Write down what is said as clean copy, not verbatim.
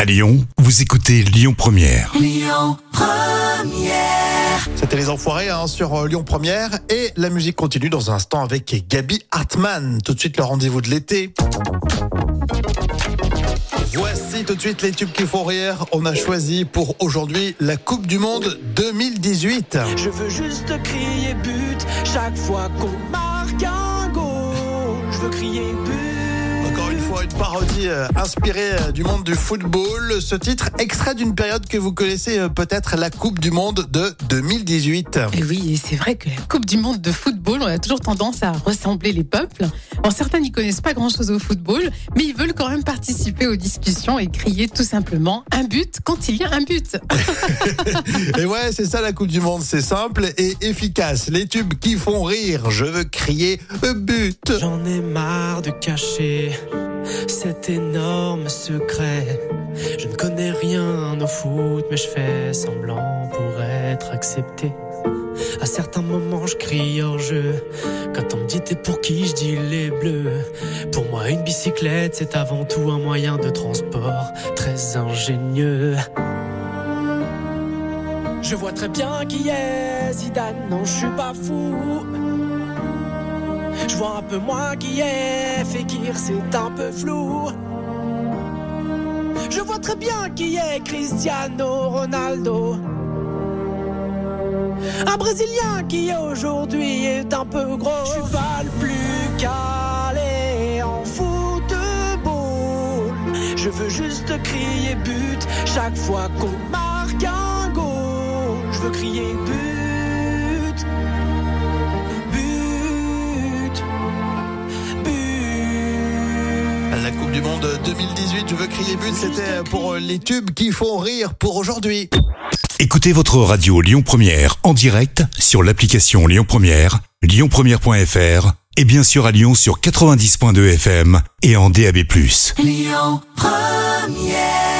À Lyon, vous écoutez Lyon Première. Lyon Première. C'était Les Enfoirés sur Lyon Première et la musique continue dans un instant avec Gaby Hartmann. Tout de suite le rendez-vous de l'été. Voici tout de suite les tubes qui font rire. On a choisi pour aujourd'hui la Coupe du Monde 2018. Je veux juste crier but chaque fois qu'on marque un goal. Je veux crier but. Encore une fois, une parodie inspirée du monde du football. Ce titre, extrait d'une période que vous connaissez peut-être, la Coupe du Monde de 2018. Et oui, et c'est vrai que la Coupe du Monde de football, on a toujours tendance à ressembler les peuples. Bon, certains n'y connaissent pas grand-chose au football, mais ils veulent quand même participer aux discussions et crier tout simplement un but quand il y a un but. Et ouais, c'est ça la Coupe du Monde, c'est simple et efficace. Les tubes qui font rire, je veux crier but. J'en ai marre de cacher cet énorme secret. Je ne connais rien au foot, mais je fais semblant pour être accepté. À certains moments je crie hors jeu. Quand on me dit t'es pour qui, je dis les bleus. Pour moi une bicyclette c'est avant tout un moyen de transport très ingénieux. Je vois très bien qui est Zidane, non je suis pas fou. Je vois un peu moins qui est Fekir, c'est un peu flou. Je vois très bien qui est Cristiano Ronaldo. Un Brésilien qui aujourd'hui est un peu gros. Je suis pas le plus calé en football. Je veux juste crier but chaque fois qu'on marque un goal. Je veux crier but. La Coupe du Monde 2018, je veux crier but, c'était pour les tubes qui font rire pour aujourd'hui. Écoutez votre radio Lyon Première en direct sur l'application Lyon Première, lyonpremière.fr et bien sûr à Lyon sur 90.2 FM et en DAB+. Lyon Première.